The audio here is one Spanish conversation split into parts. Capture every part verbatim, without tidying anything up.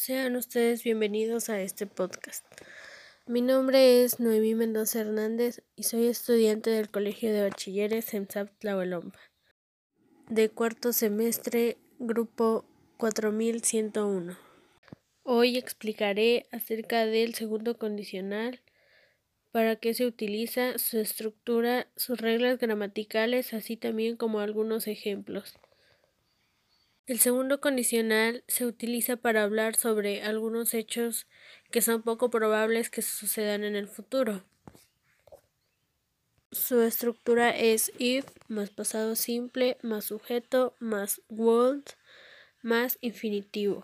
Sean ustedes bienvenidos a este podcast. Mi nombre es Noemí Mendoza Hernández y soy estudiante del Colegio de Bachilleres EMSAP Tlahuelompa, de cuarto semestre, grupo cuatro mil ciento uno. Hoy explicaré acerca del segundo condicional, para qué se utiliza, su estructura, sus reglas gramaticales, así también como algunos ejemplos. El segundo condicional se utiliza para hablar sobre algunos hechos que son poco probables que sucedan en el futuro. Su estructura es if más pasado simple más sujeto más would más infinitivo.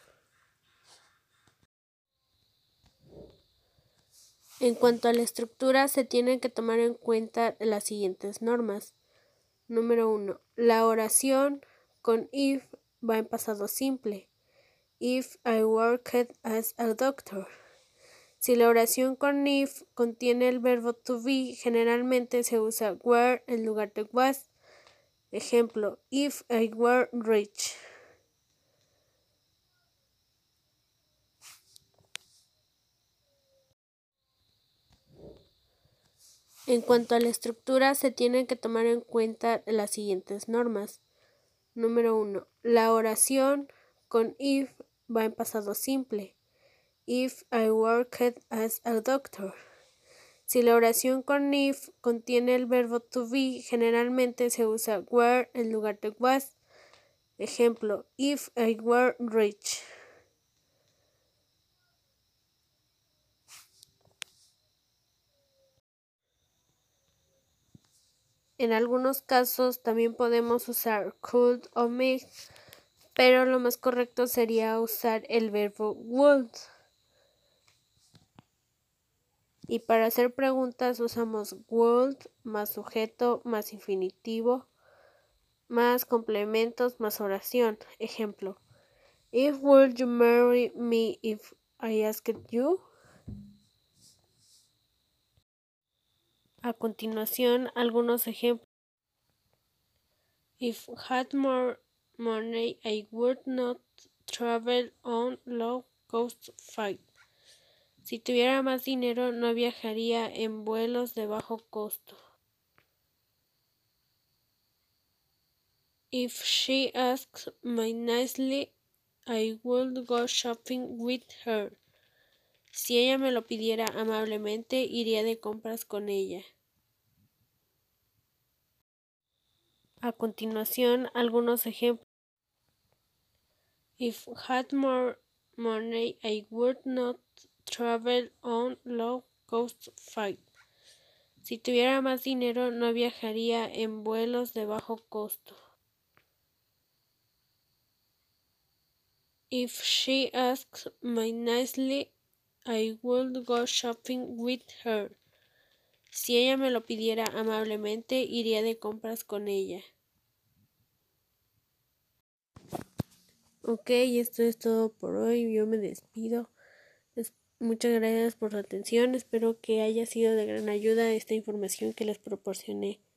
En cuanto a la estructura, se tienen que tomar en cuenta las siguientes normas. Número uno. La oración con if va en pasado simple. If I worked as a doctor. Si la oración con if contiene el verbo to be, generalmente se usa were en lugar de was. Ejemplo, if I were rich. En cuanto a la estructura, se tienen que tomar en cuenta las siguientes normas. Número uno. La oración con if va en pasado simple. If I worked as a doctor. Si la oración con if contiene el verbo to be, generalmente se usa were en lugar de was. Ejemplo, if I were rich. En algunos casos también podemos usar could o might, pero lo más correcto sería usar el verbo would. Y para hacer preguntas usamos would más sujeto más infinitivo más complementos más oración. Ejemplo, if would you marry me if I asked you? A continuación, algunos ejemplos. If had more money, I would not travel on low cost flights. Si tuviera más dinero, no viajaría en vuelos de bajo costo. If she asks me nicely, I would go shopping with her. Si ella me lo pidiera amablemente, iría de compras con ella. A continuación, algunos ejemplos. If had more money, I would not travel on low cost flights. Si tuviera más dinero, no viajaría en vuelos de bajo costo. If she asks me nicely, I would go shopping with her. Si ella me lo pidiera amablemente, iría de compras con ella. Ok, esto es todo por hoy. Yo me despido. Muchas gracias por su atención. Espero que haya sido de gran ayuda esta información que les proporcioné.